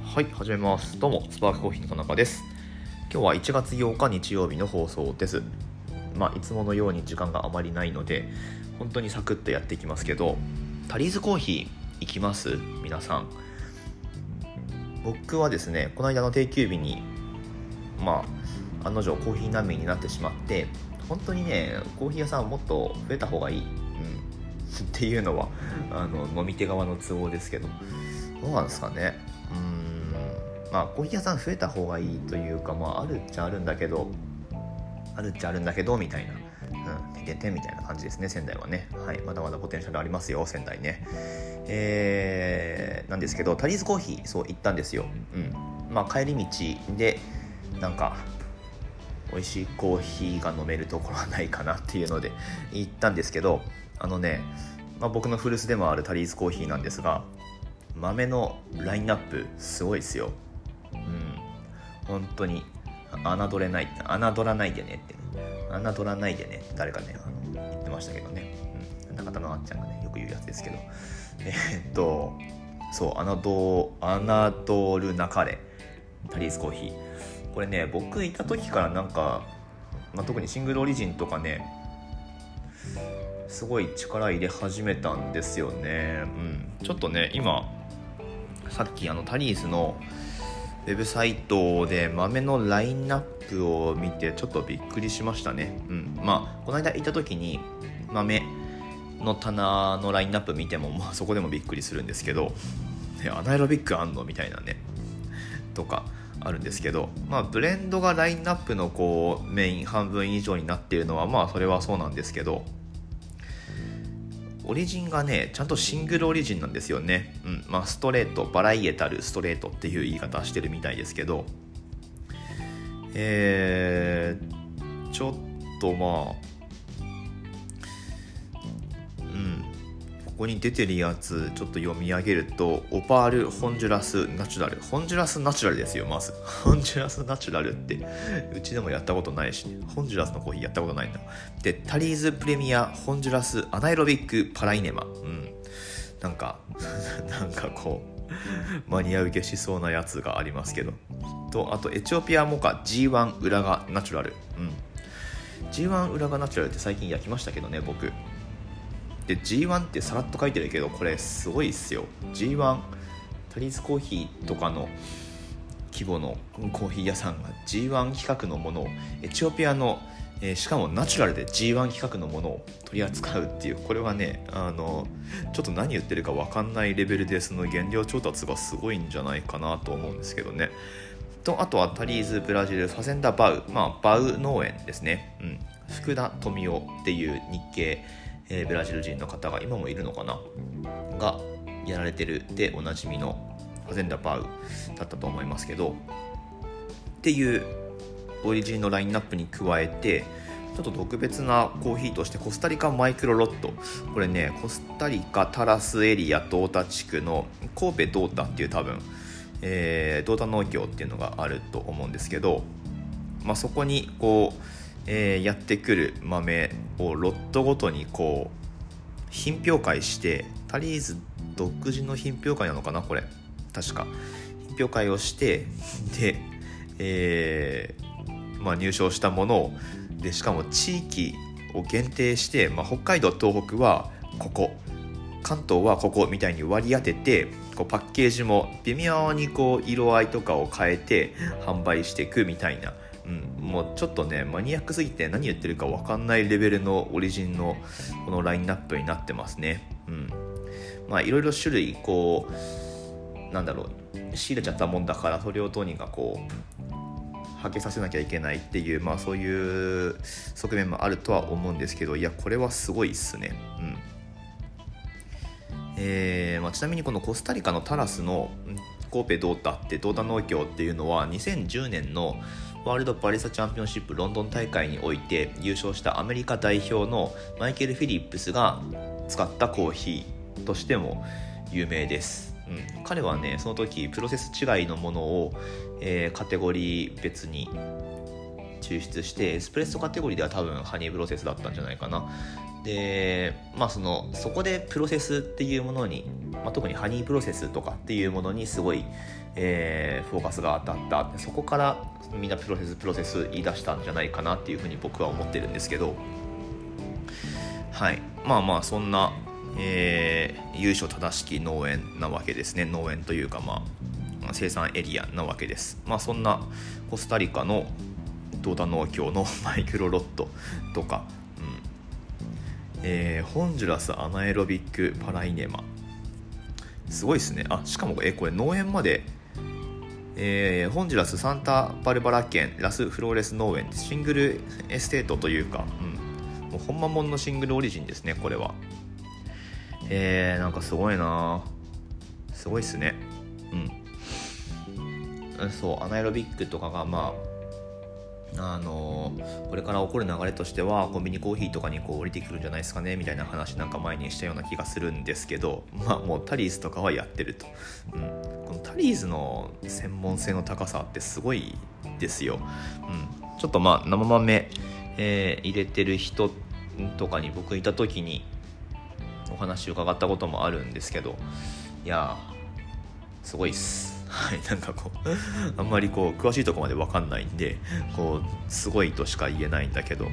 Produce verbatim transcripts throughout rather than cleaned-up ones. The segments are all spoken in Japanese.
はい、始めます。どうも、スパークコーヒーの田中です。今日はいちがつようか日曜日の放送です。まあ、いつものように時間があまりないので、本当にサクッとやっていきますけど、タリーズコーヒー行きます？皆さん。僕はですね、この間の定休日に、まあ、案の定コーヒー難民になってしまって、本当にね、コーヒー屋さんもっと増えた方がいい。うん。っていうのは、あの、飲み手側の都合ですけど、どうなんですかね。うーん。まあコーヒー屋さん増えた方がいいというか、まああるっちゃあるんだけどあるっちゃあるんだけどみたいな、うん、てんてんみたいな感じですね。仙台はね、はい、まだまだポテンシャルありますよ、仙台ね。えー、なんですけど、タリーズコーヒーそう行ったんですよ。うん、まあ帰り道でなんか美味しいコーヒーが飲めるところはないかなっていうので行ったんですけど、あのね、まあ、僕の古巣でもあるタリーズコーヒーなんですが、豆のラインナップすごいですよ。うん、本当に侮れない、侮らないでねってね、侮らないでねって誰かね、あの言ってましたけどね、うん、中田のあっちゃんがねよく言うやつですけど、えー、っとそう侮侮るなかれタリーズコーヒー、これね僕いた時からなんか、まあ、特にシングルオリジンとかねすごい力入れ始めたんですよね。うん、ちょっとね今さっきあのタリーズのウェブサイトで豆のラインナップを見てちょっとびっくりしましたね。うん、まあこの間行った時に豆の棚のラインナップ見ても、まあ、そこでもびっくりするんですけど、アナエロビックあんのみたいなねとかあるんですけど、まあブレンドがラインナップのこうメイン半分以上になっているのはまあそれはそうなんですけど、オリジンがねちゃんとシングルオリジンなんですよね。うん、まあストレート、バライエタルストレートっていう言い方してるみたいですけど、えー、ちょっとまあうんここに出てるやつちょっと読み上げると、オパールホンジュラスナチュラル、ホンジュラスナチュラルですよ。まずホンジュラスナチュラルってうちでもやったことないし、ホンジュラスのコーヒーやったことないんだ。でタリーズプレミアホンジュラスアナエロビックパライネマ、うん、なんかなんかこうマニア受けしそうなやつがありますけど、とあとエチオピアモカ ジーワン 裏がナチュラル、うん、ジーワン 裏がナチュラルって最近焼きましたけどね僕で、 ジーワン ってさらっと書いてるけどこれすごいっすよ。 ジーワン タリーズコーヒーとかの規模のコーヒー屋さんが ジーワン 規格のものをエチオピアの、えー、しかもナチュラルで ジーワン 規格のものを取り扱うっていう、これはねあのちょっと何言ってるか分かんないレベルでその原料調達がすごいんじゃないかなと思うんですけどね。とあとはタリーズブラジルファゼンダバウ、まあバウ農園ですね、うん、福田富夫っていう日系、えー、ブラジル人の方が今もいるのかながやられてるでおなじみのファゼンダバウだったと思いますけど、っていうオリジンのラインナップに加えてちょっと特別なコーヒーとしてコスタリカマイクロロット、これねコスタリカタラスエリアドータ地区の神戸ドータっていう多分、えー、ドータ農協っていうのがあると思うんですけど、まあ、そこにこう、えー、やってくる豆をロットごとにこう品評会して、タリーズ独自の品評会なのかなこれ確か品評会をしてで、えーまあ、入賞したものをでしかも地域を限定して、まあ、北海道東北はここ関東はここみたいに割り当てて、こうパッケージも微妙にこう色合いとかを変えて販売していくみたいな、うん、もうちょっとねマニアックすぎて何言ってるか分かんないレベルのオリジンのこのラインナップになってますね。うん、まあいろいろ種類こうなんだろう仕入れちゃったもんだからそれを当人がこうはけさせなきゃいけないっていう、まあそういう側面もあるとは思うんですけど、いやこれはすごいっすね。うん、えーまあ、ちなみにこのコスタリカのタラスの神戸ドータってドータ農協っていうのはにせんじゅうねんのワールドバリスタチャンピオンシップロンドン大会において優勝したアメリカ代表のマイケル・フィリップスが使ったコーヒーとしても有名です。うん、彼はねその時プロセス違いのものを、えー、カテゴリー別に抽出して、エスプレッソカテゴリーでは多分ハニープロセスだったんじゃないかな。でまあそのそこでプロセスっていうものにまあ、特にハニープロセスとかっていうものにすごい、えー、フォーカスが当たった。そこからみんなプロセスプロセス言い出したんじゃないかなっていうふうに僕は思ってるんですけど、はい、まあまあそんな、えー、由緒正しき農園なわけですね。農園というか、まあ、生産エリアなわけです。まあそんなコスタリカのドーダ農協のマイクロロットとか、うんえー、ホンジュラスアナエロビックパライネマ、すごいですね。あ、しかもえこれ農園まで、えー、ホンジュラスサンタバルバラ県ラスフローレス農園、シングルエステートというか、うん、もうほんまもんのシングルオリジンですね、これは。えー、なんかすごいな、すごいっすね。うん、そうアナエロビックとかがまああのー、これから起こる流れとしてはコンビニコーヒーとかにこう降りてくるんじゃないですかねみたいな話なんか前にしたような気がするんですけど、まあもうタリーズとかはやってると、うん、このタリーズの専門性の高さってすごいですよ、うん、ちょっとまあ生豆、えー、入れてる人とかに僕いた時にお話を伺ったこともあるんですけど、いやーすごいっす。はい、なんかこうあんまりこう詳しいところまで分かんないんでこうすごいとしか言えないんだけど、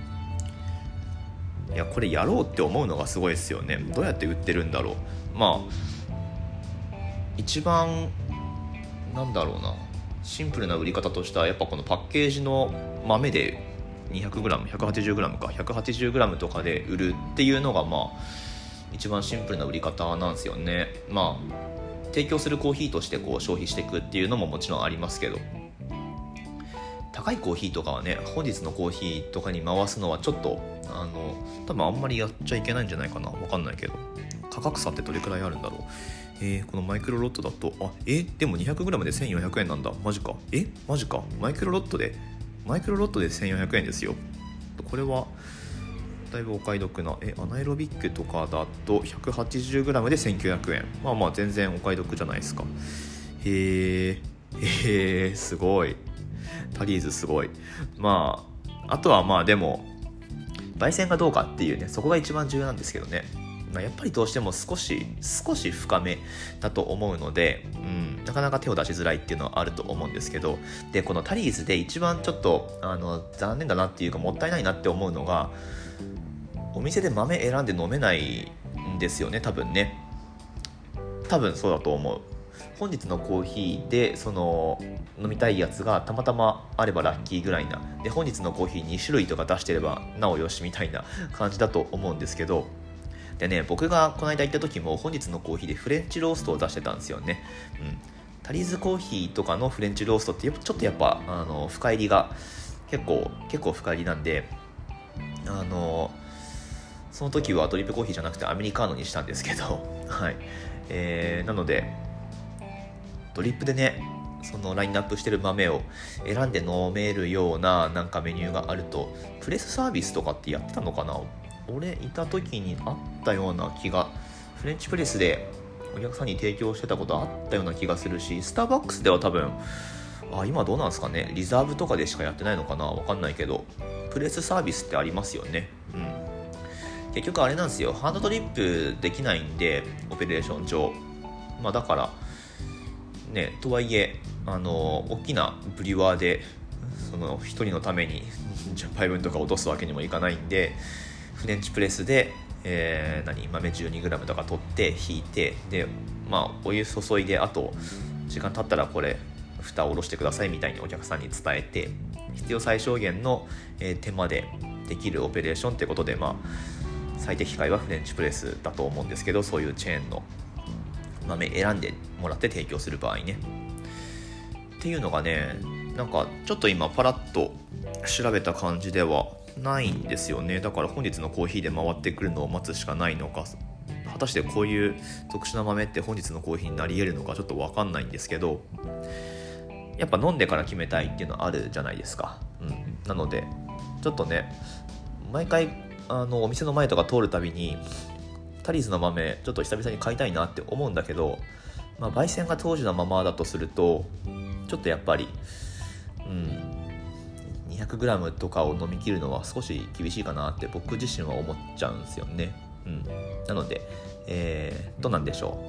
いやこれやろうって思うのがすごいですよね。どうやって売ってるんだろう。まあ一番なんだろうな、シンプルな売り方としてはやっぱこのパッケージの豆で にひゃくグラム、ひゃくはちじゅうグラム か ひゃくはちじゅうグラム とかで売るっていうのがまあ一番シンプルな売り方なんですよね。まあ提供するコーヒーとしてこう消費していくっていうのももちろんありますけど、高いコーヒーとかはね本日のコーヒーとかに回すのはちょっとあの多分あんまりやっちゃいけないんじゃないかな、分かんないけど価格差ってどれくらいあるんだろう。えー、このマイクロロットだとあえでも にひゃくグラム でせんよんひゃくえんなんだ。マジかえマジかマイクロロットでマイクロロットでせんよんひゃくえんですよ。これはだいぶお買い得な。えアナエロビックとかだと ひゃくはちじゅうグラム でせんきゅうひゃくえん、まあまあ全然お買い得じゃないですか。へえへえすごい、タリーズすごい。まああとはまあでも焙煎がどうかっていうね、そこが一番重要なんですけどね。まあ、やっぱりどうしても少し少し深めだと思うので、うん、なかなか手を出しづらいっていうのはあると思うんですけど、でこのタリーズで一番ちょっとあの残念だなっていうかもったいないなって思うのが、お店で豆選んで飲めないんですよね、多分ね。多分そうだと思う。本日のコーヒーでその飲みたいやつがたまたまあればラッキーぐらいなで、本日のコーヒーに種類とか出してればなおよしみたいな感じだと思うんですけど、でね僕がこの間行った時も本日のコーヒーでフレンチローストを出してたんですよね。うんタリーズコーヒーとかのフレンチローストってちょっとやっぱあの深入りが結構結構深入りなんで、あのその時はドリップコーヒーじゃなくてアメリカーノにしたんですけどはい、えー、なのでドリップでねそのラインナップしてる豆を選んで飲めるようななんかメニューがあると、プレスサービスとかってやってたのかな、俺いた時にあったような気が、フレンチプレスでお客さんに提供してたことあったような気がするし、スターバックスでは多分あ今どうなんですかね、リザーブとかでしかやってないのかな、わかんないけどプレスサービスってありますよね。うん結局あれなんですよ、ハンドドリップできないんでオペレーション上、まあだからねとはいえあの大きなブリュワーでそのひとりのためにじゅっぱいぶんとか落とすわけにもいかないんで、フレンチプレスで、えー、何豆 じゅうにグラム とか取って引いて、でまあお湯注いであと時間経ったらこれ蓋を下ろしてくださいみたいにお客さんに伝えて、必要最小限の、えー、手間でできるオペレーションってことで、まあ最適解はフレンチプレスだと思うんですけど、そういうチェーンの豆選んでもらって提供する場合ねっていうのがね、なんかちょっと今パラッと調べた感じではないんですよね。だから本日のコーヒーで回ってくるのを待つしかないのか、果たしてこういう特殊な豆って本日のコーヒーになり得るのかちょっと分かんないんですけど、やっぱ飲んでから決めたいっていうのはあるじゃないですか、うん、なのでちょっとね毎回あのお店の前とか通るたびにタリーズの豆ちょっと久々に買いたいなって思うんだけど、まあ、焙煎が当時のままだとするとちょっとやっぱり、うん、にひゃくグラム とかを飲み切るのは少し厳しいかなって僕自身は思っちゃうんですよね、うん、なので、えー、どうなんでしょ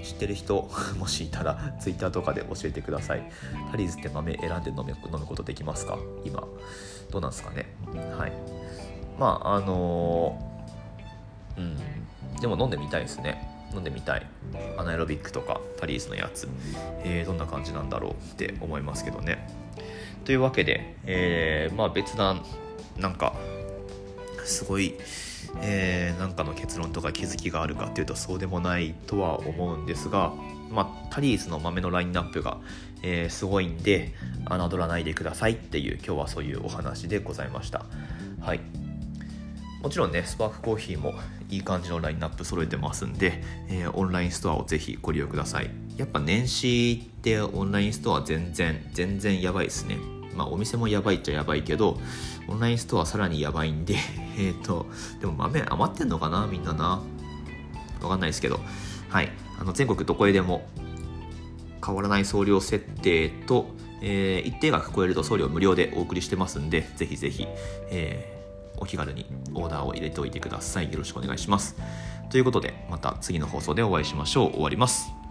知ってる人もしいたらツイッターとかで教えてください。タリーズって豆選んで飲む、飲むことできますか？今どうなんですかね。はい。まああのー、うんでも飲んでみたいですね。飲んでみたい。アナエロビックとかタリーズのやつ、えー、どんな感じなんだろうって思いますけどね。というわけで、えー、まあ別ななんかすごい、えー、なんかの結論とか気づきがあるかっていうとそうでもないとは思うんですが、まあタリーズの豆のラインナップが、えー、すごいんで侮らないでくださいっていう今日はそういうお話でございました。はい。もちろんねスパークコーヒーもいい感じのラインナップ揃えてますんで、えー、オンラインストアをぜひご利用ください。やっぱ年始ってオンラインストア全然全然やばいですね。まあお店もやばいっちゃやばいけどオンラインストアさらにやばいんでえっとでも豆余ってんのかなみんなな、わかんないですけど、はい、あの全国どこへでも変わらない送料設定と、えー、一定額超えると送料無料でお送りしてますんで、ぜひぜひ、えーお気軽にオーダーを入れておいてください。よろしくお願いします。ということでまた次の放送でお会いしましょう。終わります。